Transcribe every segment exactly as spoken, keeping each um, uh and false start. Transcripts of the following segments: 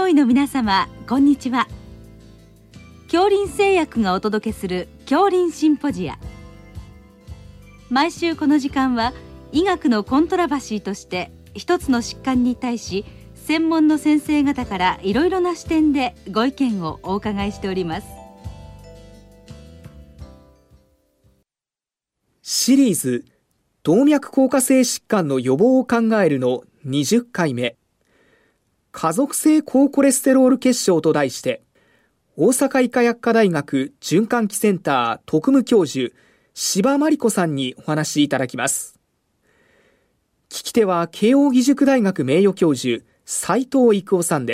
医の皆様、こんにちは。杏林製薬がお届けする杏林シンポジア。毎週この時間は医学のコントラバシーとして一つの疾患に対し専門の先生方からいろいろな視点でご意見をお伺いしております。 シリーズ動脈硬化性疾患の予防を考えるのにじゅっかいめ、家族性高コレステロール血症と題して、大阪医科薬科大学循環器センター特務教授柴真理子さんにお話しいただきます。聞き手は慶應義塾大学名誉教授斉藤育夫さんです。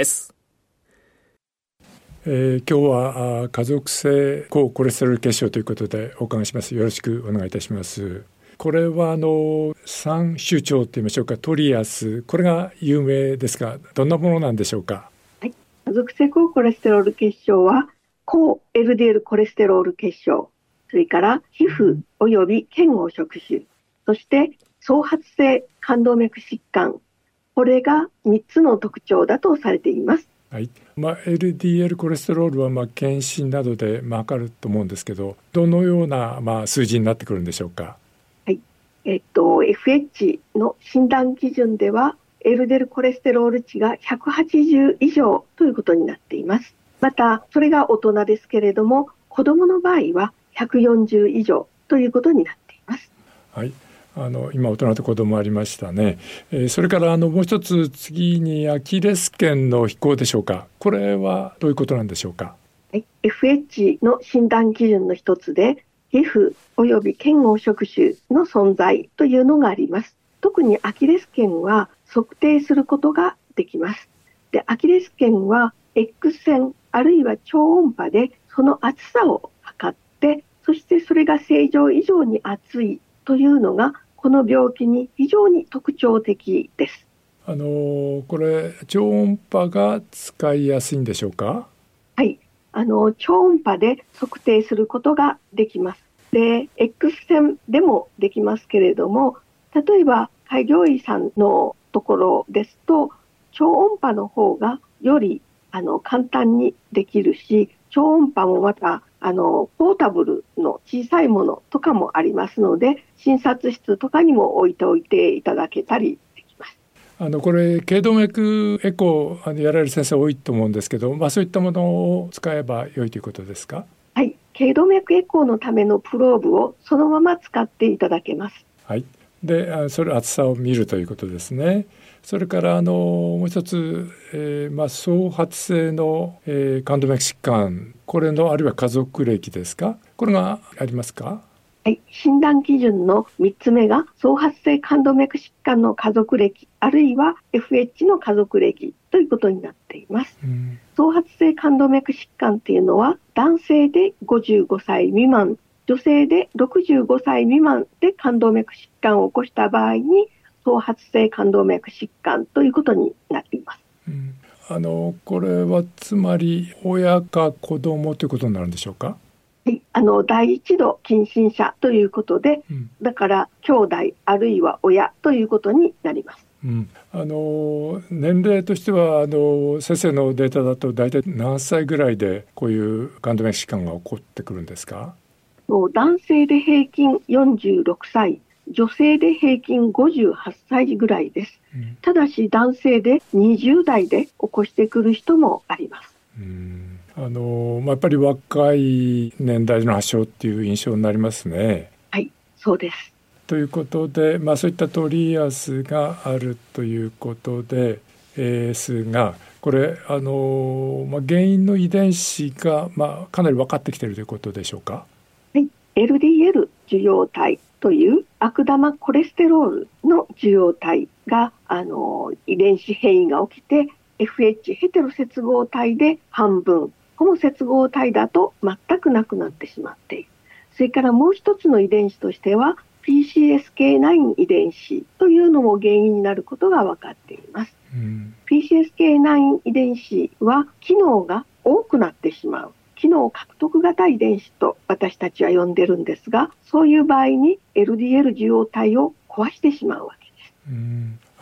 えー、今日は家族性高コレステロール血症ということでお伺いします。よろしくお願いいたします。これはあの三種腸といいましょうか、トリアス、これが有名ですが、どんなものなんでしょうか。 はい、家族性高コレステロール血症は高 エルディーエル コレステロール血症、それから皮膚および腱黄色腫、そして創発性冠動脈疾患、これがみっつの特徴だとされています。 はいまあ、エルディーエル コレステロールはまあ検診などでまあ測ると思うんですけど、どのようなまあ数字になってくるんでしょうか。 はいえっと、エフエイチ の診断基準では エルディーエル コレステロール値がひゃくはちじゅう以上ということになっています。またそれが大人ですけれども、子どもの場合はひゃくよんじゅう以上ということになっています。 はいあの今大人と子供ありましたね。えー、それからあのもう一つ、次にアキレス腱の肥厚でしょうか。これはどういうことなんでしょうか。 はい、エフエイチ の診断基準の一つで皮膚および腱黄色腫の存在というのがあります。特にアキレス腱は測定することができます。でアキレス腱は X 線あるいは超音波でその厚さを測って、そしてそれが正常以上に厚いというのがこの病気に非常に特徴的です。 あのこれ超音波が使いやすいんでしょうか。 はい、あの超音波で測定することができます。で X 線でもできますけれども、例えば開業医さんのところですと超音波の方がよりあの簡単にできるし、超音波もまたあのポータブルの小さいものとかもありますので、診察室とかにも置いておいていただけたりできます。 あのこれ頸動脈エコーあのやられる先生多いと思うんですけど、まあ、そういったものを使えば良いということですか。 はい、頸動脈エコーのためのプローブをそのまま使っていただけます。 はい、でそれ厚さを見るということですね。それからあのもう一つ、えーまあ、創発性の、えー、冠動脈疾患、これのあるいは家族歴ですか、これがありますか。 はい、診断基準のみっつめが創発性冠動脈疾患の家族歴あるいは エフエイチ の家族歴ということになっています。うん、創発性冠動脈疾患っていうのは男性でごじゅうごさい未満、女性でろくじゅうごさい未満で冠動脈疾患を起こした場合に創発性冠動脈疾患ということになっています。 うん、あのこれはつまり親か子供ということになるんでしょうか。 はい、あの第一度近親者ということで、うん、だから兄弟あるいは親ということになります。 うん、あの年齢としてはあの先生のデータだと大体何歳ぐらいでこういう冠動脈疾患が起こってくるんですか。 男性で平均よんじゅうろくさい、女性で平均ごじゅうはっさいぐらいです。うん、ただし男性でにじゅう代で起こしてくる人もあります。 うんあのやっぱり若い年代の発症っていう印象になりますね。 はい、そうです。 ということで、まあ、そういったトリアスがあるということで、えー、すがこれあの、まあ、原因の遺伝子が、まあ、かなり分かってきているということでしょうか。 はい、エルディーエル 受容体という悪玉コレステロールの受容体があの遺伝子変異が起きて エフエイチ ヘテロ接合体で半分、ホモ接合体だと全くなくなってしまっている。それからもう一つの遺伝子としては ピーシーエスケーナイン 遺伝子というのも原因になることが分かっています。うん、ピーシーエスケーナイン 遺伝子は機能が多くなってしまう、機能獲得型遺伝子と私たちは呼んでるんですが、そういう場合に エルディーエル 受容体を壊してしまうわけです。 うん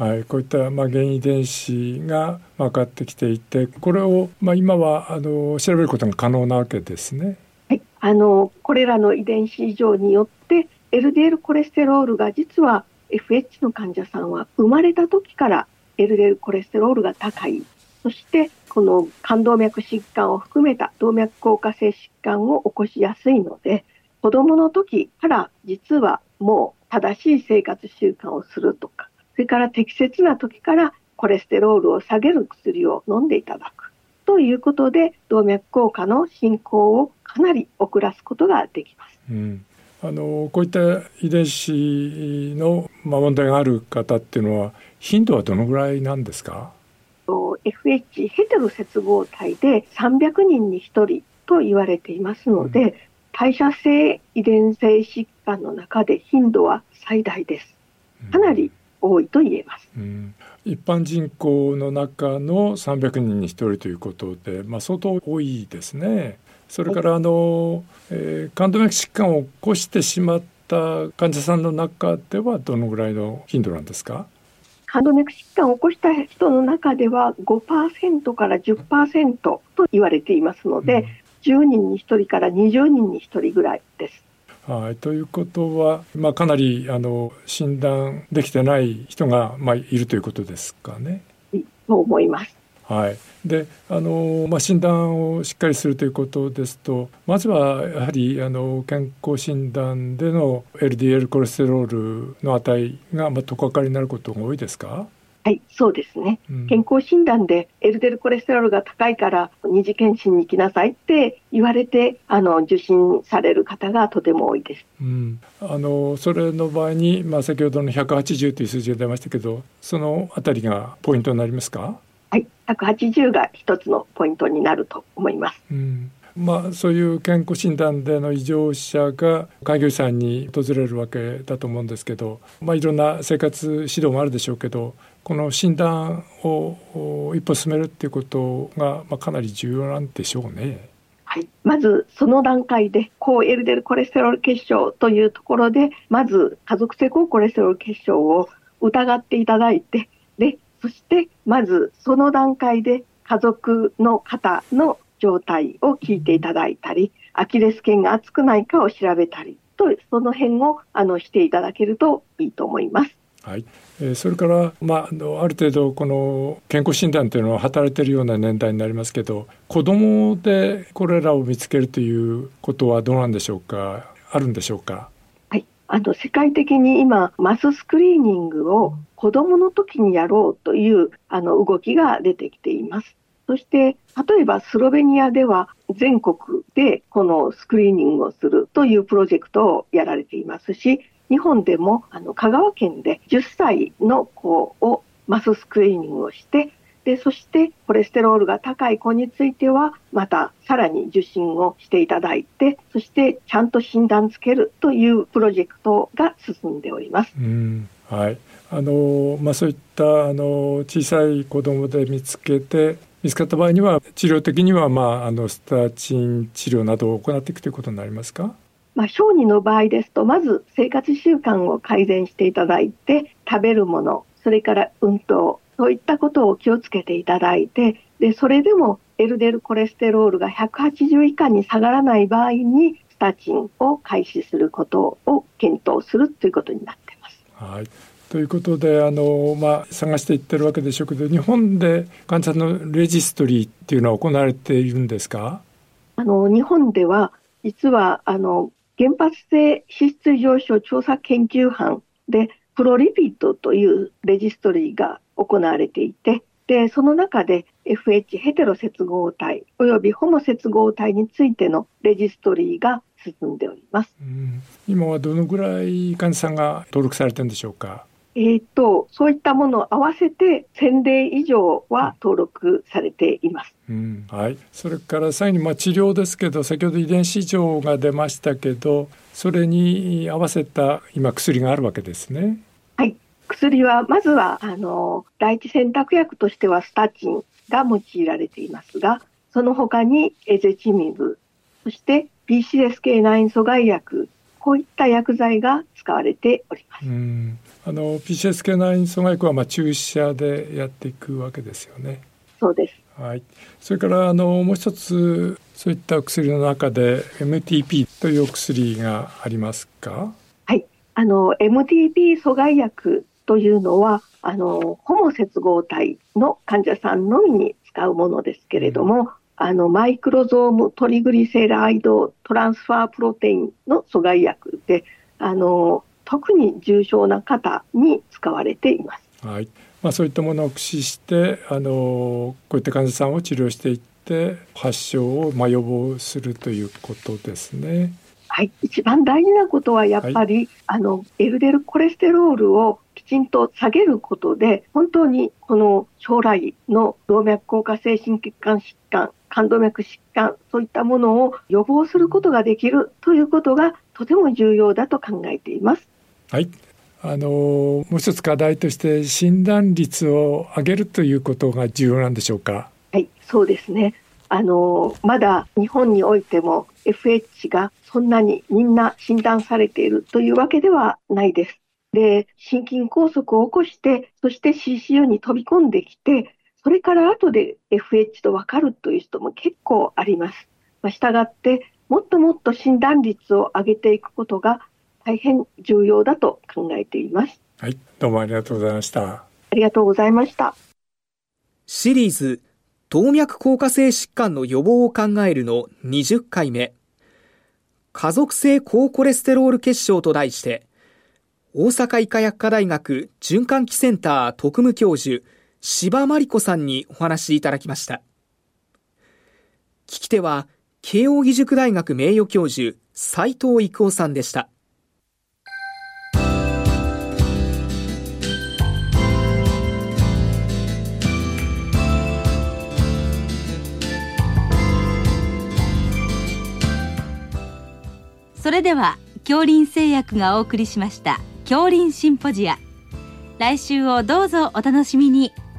はい、こういったまあ原遺伝子が分かってきていて、これをまあ今はあの調べることが可能なわけですね。 はい、あのこれらの遺伝子異常によって エルディーエル コレステロールが実は エフエイチ の患者さんは生まれた時から エルディーエル コレステロールが高い、そしてこの冠動脈疾患を含めた動脈硬化性疾患を起こしやすいので、子どもの時から実はもう正しい生活習慣をするとか、それから適切な時からコレステロールを下げる薬を飲んでいただくということで、動脈硬化の進行をかなり遅らすことができます。 うん、あのこういった遺伝子の、まあ、問題がある方っていうのは頻度はどのぐらいなんですか？ エフエイチ ヘテロ接合体でさんびゃくにんにひとりと言われていますので、うん、代謝性遺伝性疾患の中で頻度は最大です。かなり多いと言えます。 うんうん、一般人口の中のさんびゃくにんにひとりということで、まあ、相当多いですね。それからあの、えー、冠動脈疾患を起こしてしまった患者さんの中ではどのぐらいの頻度なんですか？ 冠動脈疾患を起こした人の中では ごパーセント から じゅっパーセント と言われていますので、うん、じゅうにんにひとりからにじゅうにんにひとりぐらいです。 はい、ということは、まあ、かなりあの診断できてない人が、まあ、いるということですかね。 そう思います。 はい、であの、まあ、診断をしっかりするということですと、まずはやはりあの健康診断での エルディーエル コレステロールの値が、まあ、とっかかりになることが多いですか？ はい、そうですね、うん、健康診断で エルディーエル コレステロールが高いから二次検診に行きなさいって言われてあの受診される方がとても多いです。 うん、あのそれの場合に、まあ、先ほどのひゃくはちじゅうという数字が出ましたけど、そのあたりがポイントになりますか？ はい、ひゃくはちじゅうが一つのポイントになると思います。 うん、まあ、そういう健康診断での異常者が介護士さんに訪れるわけだと思うんですけど、まあ、いろんな生活指導もあるでしょうけど、この診断を一歩進めるっていうことが、まあ、かなり重要なんでしょうね。 はい、まずその段階で高 エルディーエル コレステロール血症というところで、まず家族性高コレステロール血症を疑っていただいて、でそしてまずその段階で家族の方の状態を聞いていただいたり、アキレス腱が厚くないかを調べたりと、その辺をあのしていただけるといいと思います。 はい、えー、それから、まあ、あのある程度この健康診断というのは働いているような年代になりますけど、子どもでこれらを見つけるということはどうなんでしょうか？あるんでしょうか？ はい、あの世界的に今マススクリーニングを子どもの時にやろうというあの動きが出てきています。そして例えばスロベニアでは全国でこのスクリーニングをするというプロジェクトをやられていますし、日本でもあの香川県でじゅっさいの子をマススクリーニングをして、でそしてコレステロールが高い子についてはまたさらに受診をしていただいて、そしてちゃんと診断つけるというプロジェクトが進んでおります。 うん、はい、あのまあ、そういったあの小さい子どもで見つけて見つかった場合には治療的には、まあ、あのスタチン治療などを行っていくということになりますか？ まあ、小児の場合ですとまず生活習慣を改善していただいて、食べるもの、それから運動、そういったことを気をつけていただいて、でそれでも エルディーエル コレステロールがひゃくはちじゅう以下に下がらない場合にスタチンを開始することを検討するということになっています。 はい、ということであの、まあ、探していってるわけでしょうけど、日本で患者のレジストリーっていうのは行われているんですか？ あの日本では実はあの原発性脂質異常症調査研究班でプロリピッドというレジストリーが行われていて、でその中で エフエイチ ヘテロ接合体およびホモ接合体についてのレジストリーが進んでおります。 うん、今はどのぐらい患者さんが登録されてるんでしょうか？ えー、とそういったものを合わせてせんれい以上は登録されています。 うん、はい、それから最後にまあ治療ですけど、先ほど遺伝子異常が出ましたけど、それに合わせた今薬があるわけですね。 はい、薬はまずはあの第一選択薬としてはスタチンが用いられていますが、その他にエゼチミブ、そして ピーシーエスケーナイン 阻害薬、こういった薬剤が使われております。 うん、 あの ピーシーエスケーナイン 阻害薬はまあ注射でやっていくわけですよね。 そうです。 はい、それからあのもう一つそういった薬の中で エムティーピー というお薬がありますか？ はい、あの エムティーピー 阻害薬というのはあのホモ接合体の患者さんのみに使うものですけれども、うん、あのマイクロゾームトリグリセライドトランスファープロテインの阻害薬で、あの特に重症な方に使われています。 はい、まあ、そういったものを駆使してあのこういった患者さんを治療していって発症をまあ予防するということですね。 はい、一番大事なことはやっぱり、はい、あの エルディーエル コレステロールをきちんと下げることで本当にこの将来の動脈硬化性心血管疾患、冠動脈疾患、そういったものを予防することができるということがとても重要だと考えています。 はい、あのもう一つ課題として診断率を上げるということが重要なんでしょうか？ はい、そうですね。あのまだ日本においても エフエイチ がそんなにみんな診断されているというわけではないです。で、心筋梗塞を起こしてそして シーシーユー に飛び込んできてそれから後で エフエイチ と分かるという人も結構あります。まあ、したがってもっともっと診断率を上げていくことが大変重要だと考えています。 はい、どうもありがとうございました。 ありがとうございました。 シリーズ動脈硬化性疾患の予防を考えるのにじゅっかいめ、家族性高コレステロール血症と題して大阪医科薬科大学循環器センター特務教授柴真理子さんにお話しいただきました。聞き手は慶應義塾大学名誉教授斉藤育夫さんでした。 それでは杏林製薬がお送りしました杏林シンポジア、来週をどうぞお楽しみに。